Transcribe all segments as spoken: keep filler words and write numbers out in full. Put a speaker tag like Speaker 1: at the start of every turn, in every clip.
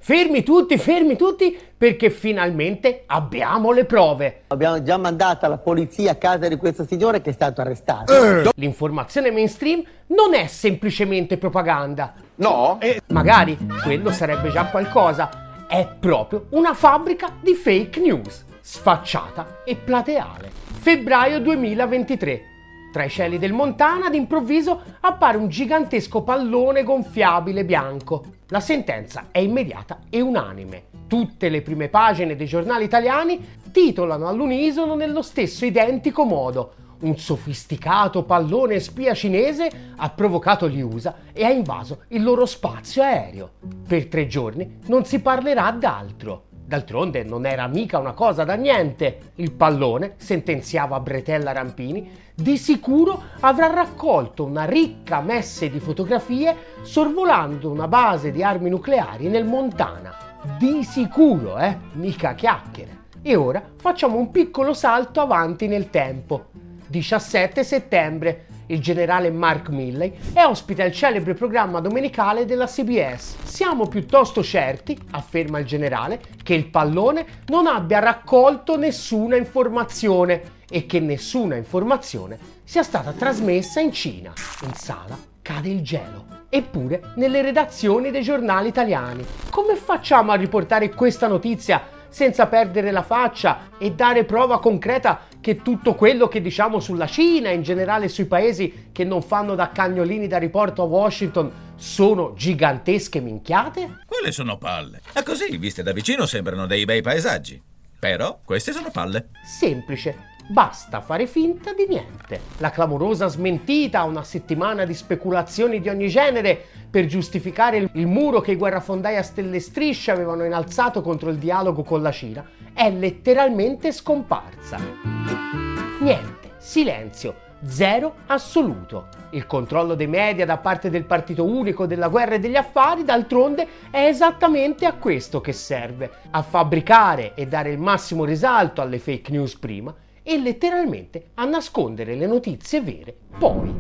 Speaker 1: Fermi tutti, fermi tutti, perché finalmente abbiamo le prove.
Speaker 2: Abbiamo già mandato la polizia a casa di questo signore che è stato arrestato.
Speaker 1: Eh. L'informazione mainstream non è semplicemente propaganda.
Speaker 3: No? Eh.
Speaker 1: Magari quello sarebbe già qualcosa. È proprio una fabbrica di fake news, sfacciata e plateale. Febbraio duemilaventitré. Tra i cieli del Montana, d'improvviso, appare un gigantesco pallone gonfiabile bianco. La sentenza è immediata e unanime. Tutte le prime pagine dei giornali italiani titolano all'unisono nello stesso identico modo: un sofisticato pallone spia cinese ha provocato gli U S A e ha invaso il loro spazio aereo. Per tre giorni non si parlerà d'altro. D'altronde non era mica una cosa da niente. Il pallone, sentenziava Bretella Rampini, di sicuro avrà raccolto una ricca messe di fotografie sorvolando una base di armi nucleari nel Montana. Di sicuro, eh? Mica chiacchiere. E ora facciamo un piccolo salto avanti nel tempo. diciassette settembre. Il generale Mark Milley è ospite al celebre programma domenicale della C B S. Siamo piuttosto certi, afferma il generale, che il pallone non abbia raccolto nessuna informazione e che nessuna informazione sia stata trasmessa in Cina. In sala cade il gelo. Eppure nelle redazioni dei giornali italiani. Come facciamo a riportare questa notizia senza perdere la faccia e dare prova concreta che tutto quello che diciamo sulla Cina e in generale sui paesi che non fanno da cagnolini da riporto a Washington sono gigantesche minchiate?
Speaker 4: Quelle sono palle. E così, viste da vicino, sembrano dei bei paesaggi. Però queste sono palle.
Speaker 1: Semplice. Basta fare finta di niente. La clamorosa smentita a una settimana di speculazioni di ogni genere per giustificare il, il muro che i guerrafondai a stelle e strisce avevano innalzato contro il dialogo con la Cina è letteralmente scomparsa. Niente, silenzio, zero assoluto. Il controllo dei media da parte del partito unico della guerra e degli affari, d'altronde, è esattamente a questo che serve: a fabbricare e dare il massimo risalto alle fake news prima e letteralmente a nascondere le notizie vere poi.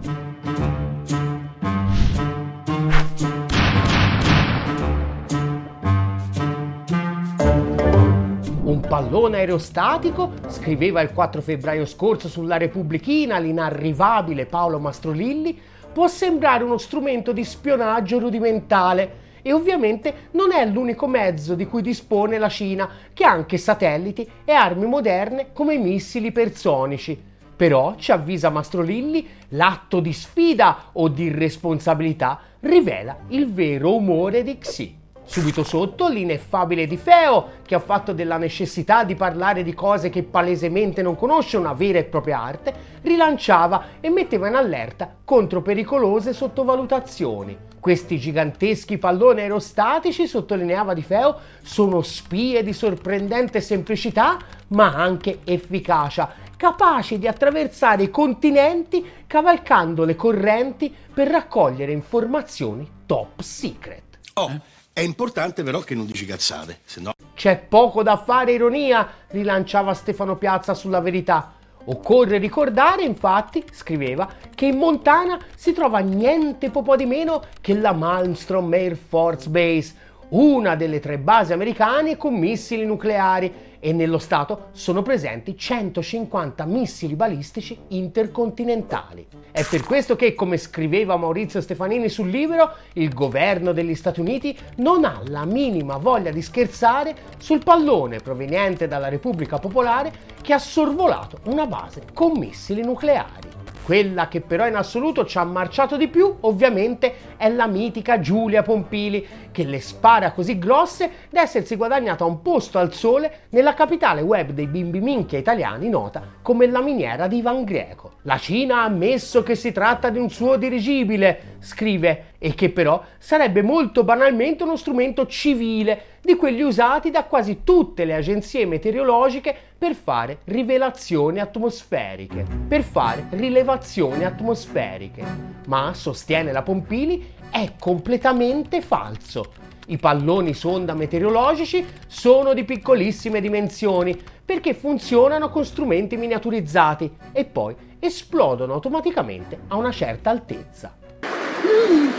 Speaker 1: Un pallone aerostatico, scriveva il quattro febbraio scorso sulla Repubblichina l'inarrivabile Paolo Mastrolilli, può sembrare uno strumento di spionaggio rudimentale e ovviamente non è l'unico mezzo di cui dispone la Cina, che ha anche satelliti e armi moderne come i missili ipersonici. Però, ci avvisa Mastrolilli, l'atto di sfida o di irresponsabilità rivela il vero umore di Xi. Subito sotto l'ineffabile Di Feo, che ha fatto della necessità di parlare di cose che palesemente non conosce una vera e propria arte, rilanciava e metteva in allerta contro pericolose sottovalutazioni. Questi giganteschi palloni aerostatici, sottolineava Di Feo, sono spie di sorprendente semplicità ma anche efficacia, capaci di attraversare i continenti cavalcando le correnti per raccogliere informazioni top secret.
Speaker 3: Oh. È importante però che non dici cazzate, se no...
Speaker 1: C'è poco da fare ironia, rilanciava Stefano Piazza sulla Verità. Occorre ricordare, infatti, scriveva, che in Montana si trova niente po' di meno che la Malmstrom Air Force Base, una delle tre basi americane con missili nucleari, e nello stato sono presenti centocinquanta missili balistici intercontinentali. È per questo che, come scriveva Maurizio Stefanini sul Libero, il governo degli Stati Uniti non ha la minima voglia di scherzare sul pallone proveniente dalla Repubblica Popolare che ha sorvolato una base con missili nucleari. Quella che però in assoluto ci ha marciato di più, ovviamente, è la mitica Giulia Pompili, che le spara così grosse da essersi guadagnata un posto al sole nella capitale web dei bimbi minchia italiani nota come la miniera di Ivan Greco. La Cina ha ammesso che si tratta di un suo dirigibile, scrive, e che però sarebbe molto banalmente uno strumento civile, di quelli usati da quasi tutte le agenzie meteorologiche per fare rivelazioni atmosferiche, per fare rilevazioni atmosferiche. Ma, sostiene la Pompili, è completamente falso. I palloni sonda meteorologici sono di piccolissime dimensioni perché funzionano con strumenti miniaturizzati e poi esplodono automaticamente a una certa altezza.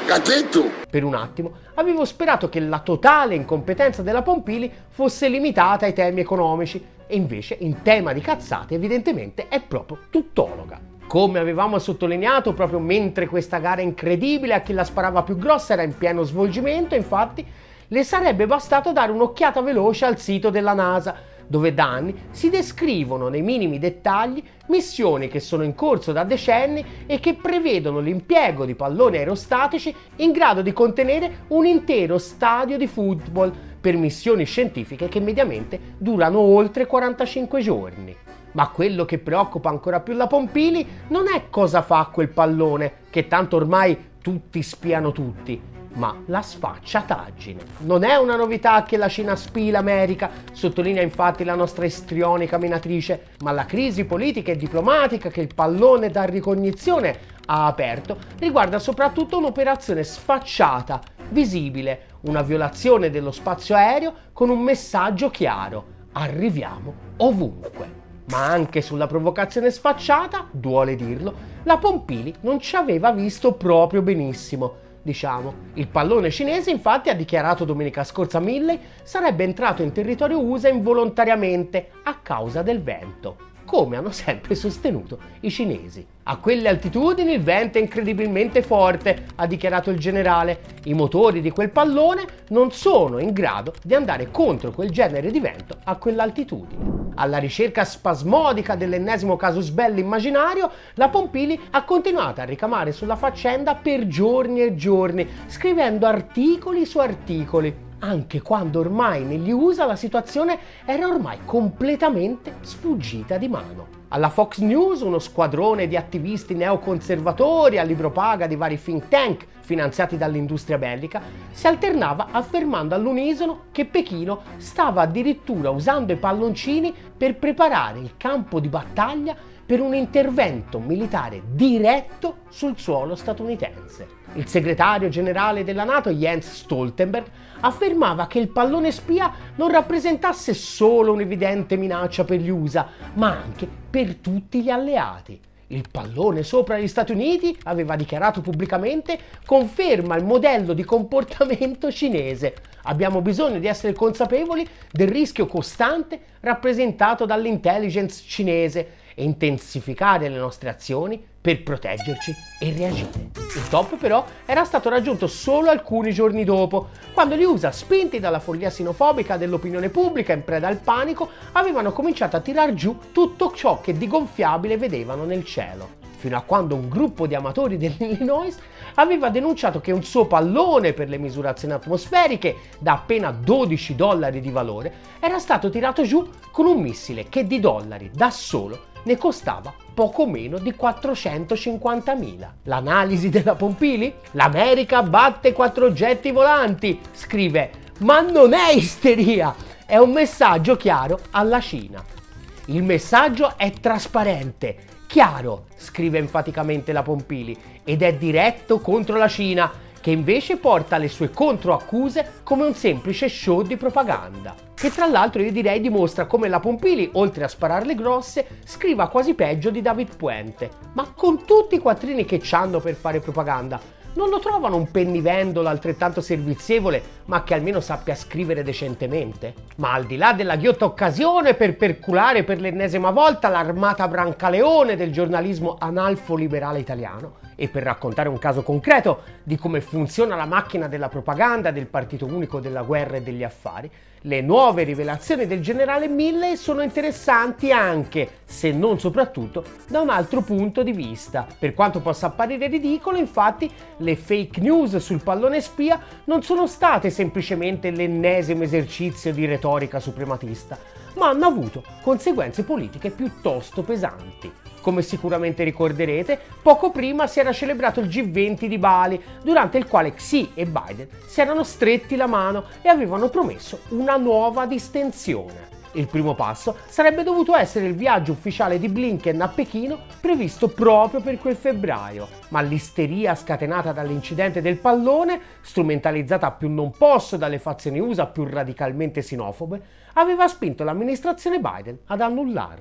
Speaker 5: Cazzetto!
Speaker 1: Per un attimo avevo sperato che la totale incompetenza della Pompili fosse limitata ai temi economici e invece in tema di cazzate evidentemente è proprio tuttologa. Come avevamo sottolineato proprio mentre questa gara incredibile a chi la sparava più grossa era in pieno svolgimento, infatti le sarebbe bastato dare un'occhiata veloce al sito della NASA, dove da anni si descrivono nei minimi dettagli missioni che sono in corso da decenni e che prevedono l'impiego di palloni aerostatici in grado di contenere un intero stadio di football per missioni scientifiche che mediamente durano oltre quarantacinque giorni. Ma quello che preoccupa ancora più la Pompili non è cosa fa quel pallone, che tanto ormai tutti spiano tutti, ma la sfacciataggine. Non è una novità che la Cina spii l'America, sottolinea infatti la nostra istrionica minatrice, ma la crisi politica e diplomatica che il pallone da ricognizione ha aperto riguarda soprattutto un'operazione sfacciata, visibile, una violazione dello spazio aereo con un messaggio chiaro: arriviamo ovunque. Ma anche sulla provocazione sfacciata, duole dirlo, la Pompili non ci aveva visto proprio benissimo. Diciamo, il pallone cinese infatti ha dichiarato domenica scorsa a Milley sarebbe entrato in territorio U S A involontariamente a causa del vento, come hanno sempre sostenuto i cinesi. A quelle altitudini il vento è incredibilmente forte, ha dichiarato il generale. I motori di quel pallone non sono in grado di andare contro quel genere di vento a quell'altitudine. Alla ricerca spasmodica dell'ennesimo casus belli immaginario, la Pompili ha continuato a ricamare sulla faccenda per giorni e giorni, scrivendo articoli su articoli, anche quando ormai negli U S A la situazione era ormai completamente sfuggita di mano. Alla Fox News uno squadrone di attivisti neoconservatori a libro paga di vari think tank finanziati dall'industria bellica si alternava affermando all'unisono che Pechino stava addirittura usando i palloncini per preparare il campo di battaglia per un intervento militare diretto sul suolo statunitense. Il segretario generale della NATO, Jens Stoltenberg, affermava che il pallone spia non rappresentasse solo un'evidente minaccia per gli U S A, ma anche per tutti gli alleati. Il pallone sopra gli Stati Uniti, aveva dichiarato pubblicamente, conferma il modello di comportamento cinese. Abbiamo bisogno di essere consapevoli del rischio costante rappresentato dall'intelligence cinese e intensificare le nostre azioni per proteggerci e reagire. Il top però era stato raggiunto solo alcuni giorni dopo, quando gli U S A, spinti dalla follia sinofobica dell'opinione pubblica in preda al panico, avevano cominciato a tirar giù tutto ciò che di gonfiabile vedevano nel cielo. Fino a quando un gruppo di amatori dell'Illinois aveva denunciato che un suo pallone per le misurazioni atmosferiche, da appena dodici dollari di valore, era stato tirato giù con un missile che di dollari da solo ne costava poco meno di quattrocentocinquantamila. L'analisi della Pompili? L'America batte quattro oggetti volanti, scrive, ma non è isteria, è un messaggio chiaro alla Cina. Il messaggio è trasparente, chiaro, scrive enfaticamente la Pompili, ed è diretto contro la Cina, che invece porta le sue controaccuse come un semplice show di propaganda. Che tra l'altro io direi dimostra come la Pompili, oltre a spararle grosse, scriva quasi peggio di David Puente. Ma con tutti i quattrini che c'hanno per fare propaganda, non lo trovano un pennivendolo altrettanto servizievole, ma che almeno sappia scrivere decentemente? Ma al di là della ghiotta occasione per perculare per l'ennesima volta l'armata Brancaleone del giornalismo analfo-liberale italiano, e per raccontare un caso concreto di come funziona la macchina della propaganda del partito unico della guerra e degli affari, le nuove rivelazioni del generale Milley sono interessanti anche, se non soprattutto, da un altro punto di vista. Per quanto possa apparire ridicolo, infatti, le fake news sul pallone spia non sono state semplicemente l'ennesimo esercizio di retorica suprematista, ma hanno avuto conseguenze politiche piuttosto pesanti. Come sicuramente ricorderete, poco prima si era celebrato il G venti di Bali, durante il quale Xi e Biden si erano stretti la mano e avevano promesso una nuova distensione. Il primo passo sarebbe dovuto essere il viaggio ufficiale di Blinken a Pechino, previsto proprio per quel febbraio, ma l'isteria scatenata dall'incidente del pallone, strumentalizzata a più non posso dalle fazioni U S A più radicalmente sinofobe, aveva spinto l'amministrazione Biden ad annullarlo.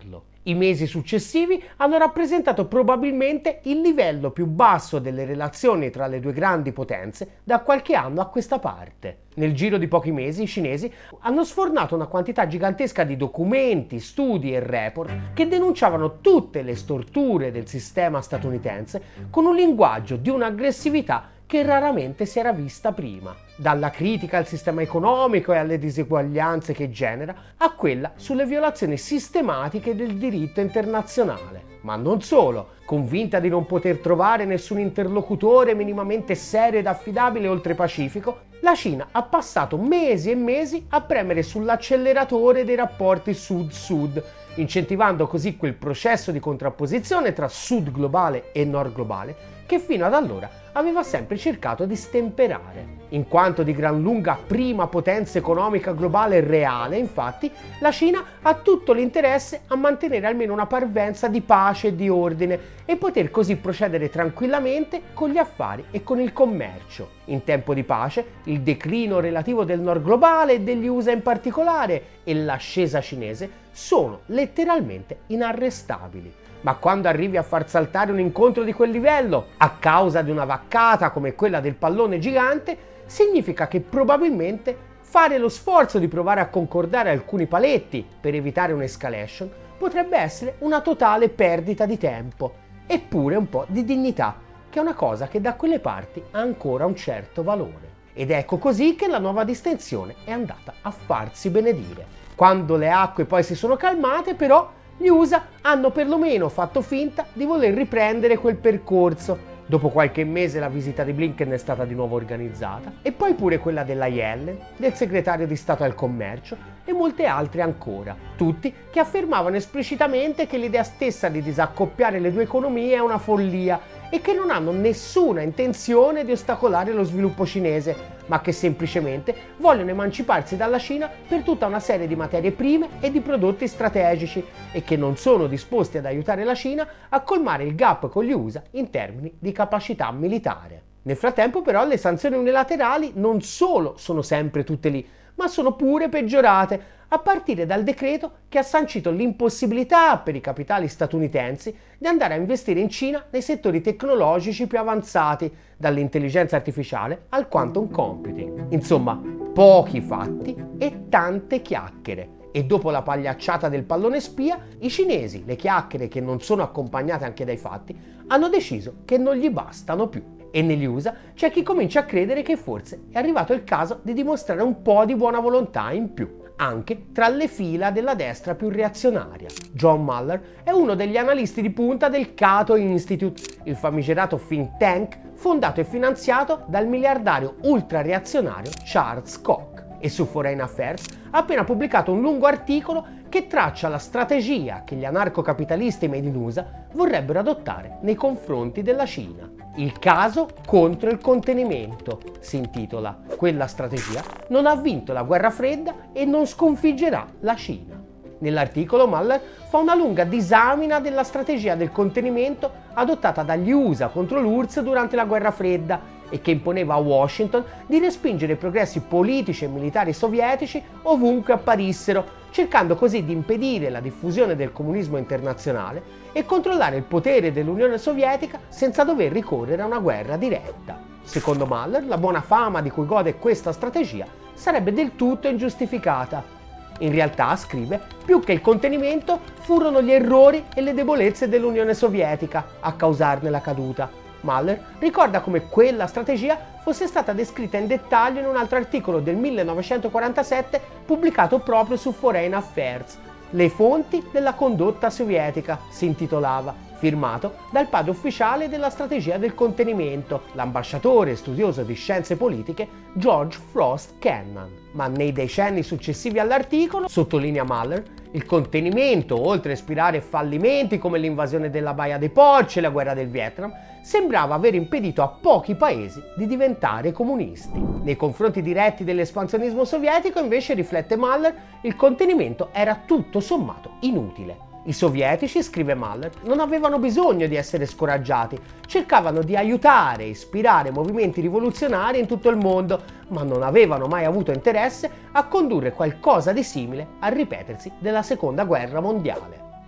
Speaker 1: I mesi successivi hanno rappresentato probabilmente il livello più basso delle relazioni tra le due grandi potenze da qualche anno a questa parte. Nel giro di pochi mesi i cinesi hanno sfornato una quantità gigantesca di documenti, studi e report che denunciavano tutte le storture del sistema statunitense con un linguaggio di un'aggressività che raramente si era vista prima, dalla critica al sistema economico e alle diseguaglianze che genera, a quella sulle violazioni sistematiche del diritto internazionale. Ma non solo, convinta di non poter trovare nessun interlocutore minimamente serio ed affidabile oltre Pacifico, la Cina ha passato mesi e mesi a premere sull'acceleratore dei rapporti Sud-Sud, incentivando così quel processo di contrapposizione tra Sud globale e Nord globale che fino ad allora aveva sempre cercato di stemperare. In quanto di gran lunga prima potenza economica globale reale, infatti, la Cina ha tutto l'interesse a mantenere almeno una parvenza di pace e di ordine e poter così procedere tranquillamente con gli affari e con il commercio. In tempo di pace, il declino relativo del Nord globale e degli U S A in particolare e l'ascesa cinese sono letteralmente inarrestabili. Ma quando arrivi a far saltare un incontro di quel livello, a causa di una vaccata come quella del pallone gigante, significa che probabilmente fare lo sforzo di provare a concordare alcuni paletti per evitare un'escalation potrebbe essere una totale perdita di tempo, eppure un po' di dignità, che è una cosa che da quelle parti ha ancora un certo valore. Ed ecco così che la nuova distensione è andata a farsi benedire. Quando le acque poi si sono calmate, però, gli U S A hanno perlomeno fatto finta di voler riprendere quel percorso. Dopo qualche mese la visita di Blinken è stata di nuovo organizzata e poi pure quella della Yellen, del segretario di Stato al commercio e molte altre ancora, tutti che affermavano esplicitamente che l'idea stessa di disaccoppiare le due economie è una follia e che non hanno nessuna intenzione di ostacolare lo sviluppo cinese, ma che semplicemente vogliono emanciparsi dalla Cina per tutta una serie di materie prime e di prodotti strategici e che non sono disposti ad aiutare la Cina a colmare il gap con gli U S A in termini di capacità militare. Nel frattempo però le sanzioni unilaterali non solo sono sempre tutte lì, ma sono pure peggiorate, a partire dal decreto che ha sancito l'impossibilità per i capitali statunitensi di andare a investire in Cina nei settori tecnologici più avanzati, dall'intelligenza artificiale al quantum computing. Insomma, pochi fatti e tante chiacchiere. E dopo la pagliacciata del pallone spia, i cinesi, le chiacchiere che non sono accompagnate anche dai fatti, hanno deciso che non gli bastano più. E negli U S A c'è chi comincia a credere che forse è arrivato il caso di dimostrare un po' di buona volontà in più, anche tra le fila della destra più reazionaria. John Mueller è uno degli analisti di punta del Cato Institute, il famigerato think tank fondato e finanziato dal miliardario ultra-reazionario Charles Koch, e su Foreign Affairs ha appena pubblicato un lungo articolo che traccia la strategia che gli anarcocapitalisti made in U S A vorrebbero adottare nei confronti della Cina. Il caso contro il contenimento, si intitola. Quella strategia non ha vinto la guerra fredda e non sconfiggerà la Cina. Nell'articolo Mueller fa una lunga disamina della strategia del contenimento adottata dagli U S A contro l'U R S S durante la guerra fredda e che imponeva a Washington di respingere i progressi politici e militari sovietici ovunque apparissero, cercando così di impedire la diffusione del comunismo internazionale e controllare il potere dell'Unione Sovietica senza dover ricorrere a una guerra diretta. Secondo Mueller, la buona fama di cui gode questa strategia sarebbe del tutto ingiustificata. In realtà, scrive, più che il contenimento furono gli errori e le debolezze dell'Unione Sovietica a causarne la caduta. Mueller ricorda come quella strategia fosse stata descritta in dettaglio in un altro articolo del millenovecentoquarantasette pubblicato proprio su Foreign Affairs. Le fonti della condotta sovietica, si intitolava, firmato dal padre ufficiale della strategia del contenimento, l'ambasciatore studioso di scienze politiche George Frost Cannon. Ma nei decenni successivi all'articolo, sottolinea Mueller, il contenimento, oltre a ispirare fallimenti come l'invasione della Baia dei Porci e la guerra del Vietnam, sembrava aver impedito a pochi paesi di diventare comunisti. Nei confronti diretti dell'espansionismo sovietico, invece, riflette Mueller, il contenimento era tutto sommato inutile. I sovietici, scrive Mueller, non avevano bisogno di essere scoraggiati, cercavano di aiutare e ispirare movimenti rivoluzionari in tutto il mondo, ma non avevano mai avuto interesse a condurre qualcosa di simile al ripetersi della Seconda Guerra Mondiale.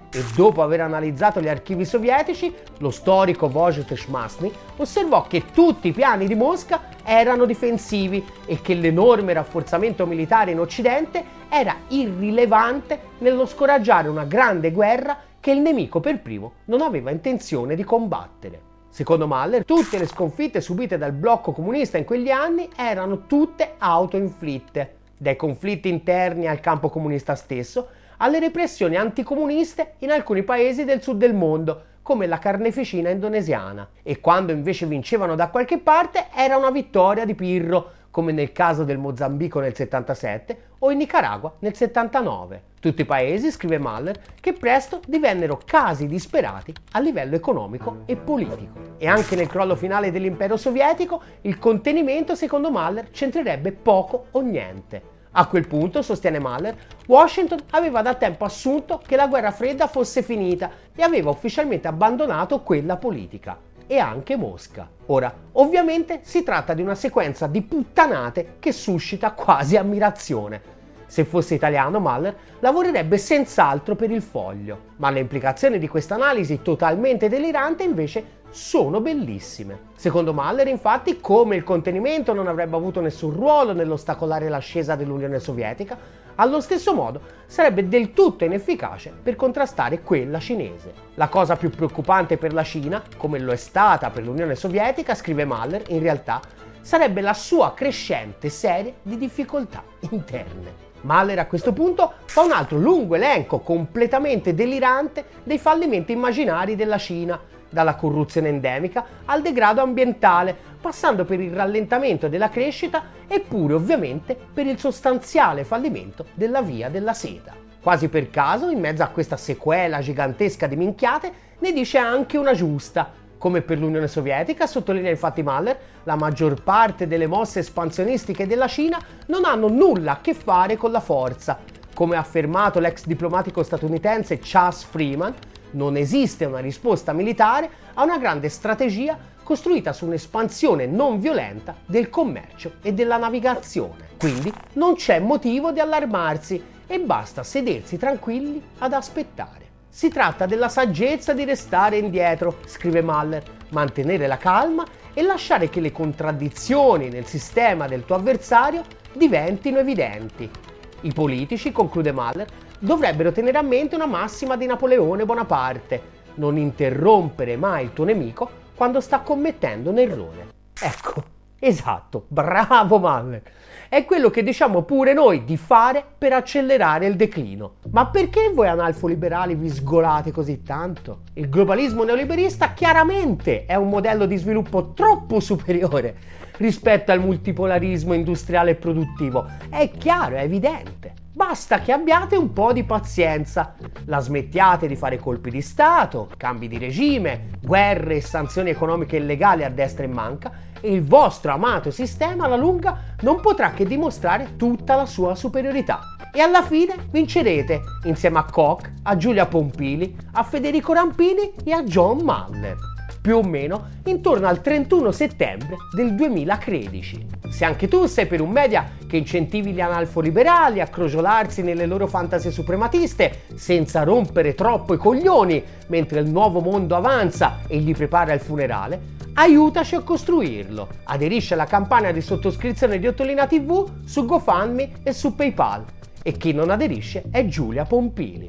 Speaker 1: e dopo aver analizzato gli archivi sovietici, lo storico Wojciech Szmasny osservò che tutti i piani di Mosca erano difensivi e che l'enorme rafforzamento militare in Occidente era irrilevante nello scoraggiare una grande guerra che il nemico per primo non aveva intenzione di combattere. Secondo Mahler, tutte le sconfitte subite dal blocco comunista in quegli anni erano tutte autoinflitte, dai conflitti interni al campo comunista stesso, alle repressioni anticomuniste in alcuni paesi del sud del mondo, come la carneficina indonesiana, e quando invece vincevano da qualche parte era una vittoria di Pirro, come nel caso del Mozambico nel settantasette o in Nicaragua nel settantanove. Tutti paesi, scrive Mahler, che presto divennero casi disperati a livello economico e politico. E anche nel crollo finale dell'impero sovietico il contenimento, secondo Mahler, c'entrerebbe poco o niente. A quel punto, sostiene Mahler, Washington aveva da tempo assunto che la guerra fredda fosse finita e aveva ufficialmente abbandonato quella politica. E anche Mosca. Ora, ovviamente si tratta di una sequenza di puttanate che suscita quasi ammirazione. Se fosse italiano, Mahler lavorerebbe senz'altro per il Foglio, ma le implicazioni di questa analisi totalmente delirante invece sono bellissime. Secondo Mahler, infatti, come il contenimento non avrebbe avuto nessun ruolo nell'ostacolare l'ascesa dell'Unione Sovietica, allo stesso modo sarebbe del tutto inefficace per contrastare quella cinese. La cosa più preoccupante per la Cina, come lo è stata per l'Unione Sovietica, scrive Mahler, in realtà sarebbe la sua crescente serie di difficoltà interne. Mahler a questo punto fa un altro lungo elenco completamente delirante dei fallimenti immaginari della Cina, dalla corruzione endemica al degrado ambientale, passando per il rallentamento della crescita e pure ovviamente per il sostanziale fallimento della via della seta. Quasi per caso, in mezzo a questa sequela gigantesca di minchiate, ne dice anche una giusta. Come per l'Unione Sovietica, sottolinea infatti Mahler, la maggior parte delle mosse espansionistiche della Cina non hanno nulla a che fare con la forza. Come ha affermato l'ex diplomatico statunitense Chas Freeman, non esiste una risposta militare a una grande strategia costruita su un'espansione non violenta del commercio e della navigazione. Quindi non c'è motivo di allarmarsi e basta sedersi tranquilli ad aspettare. Si tratta della saggezza di restare indietro, scrive Mahler, mantenere la calma e lasciare che le contraddizioni nel sistema del tuo avversario diventino evidenti. I politici, conclude Mahler, dovrebbero tenere a mente una massima di Napoleone Bonaparte: non interrompere mai il tuo nemico quando sta commettendo un errore. Ecco, esatto, bravo Mahler! È quello che diciamo pure noi di fare per accelerare il declino. Ma perché voi analfoliberali vi sgolate così tanto? Il globalismo neoliberista chiaramente è un modello di sviluppo troppo superiore rispetto al multipolarismo industriale e produttivo. È chiaro, è evidente. Basta che abbiate un po' di pazienza, la smettiate di fare colpi di Stato, cambi di regime, guerre e sanzioni economiche illegali a destra e manca, e il vostro amato sistema alla lunga non potrà che dimostrare tutta la sua superiorità. E alla fine vincerete, insieme a Koch, a Giulia Pompili, a Federico Rampini e a John Mahler, più o meno intorno al trentuno settembre del duemilatredici. Se anche tu sei per un media che incentivi gli analfoliberali a crogiolarsi nelle loro fantasie suprematiste senza rompere troppo i coglioni mentre il nuovo mondo avanza e gli prepara il funerale, aiutaci a costruirlo. Aderisci alla campagna di sottoscrizione di Ottolina tivù su GoFundMe e su PayPal. E chi non aderisce è Giulia Pompili.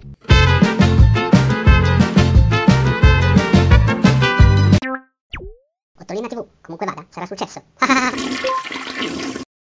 Speaker 5: Ottolina tivù, comunque vada, sarà successo.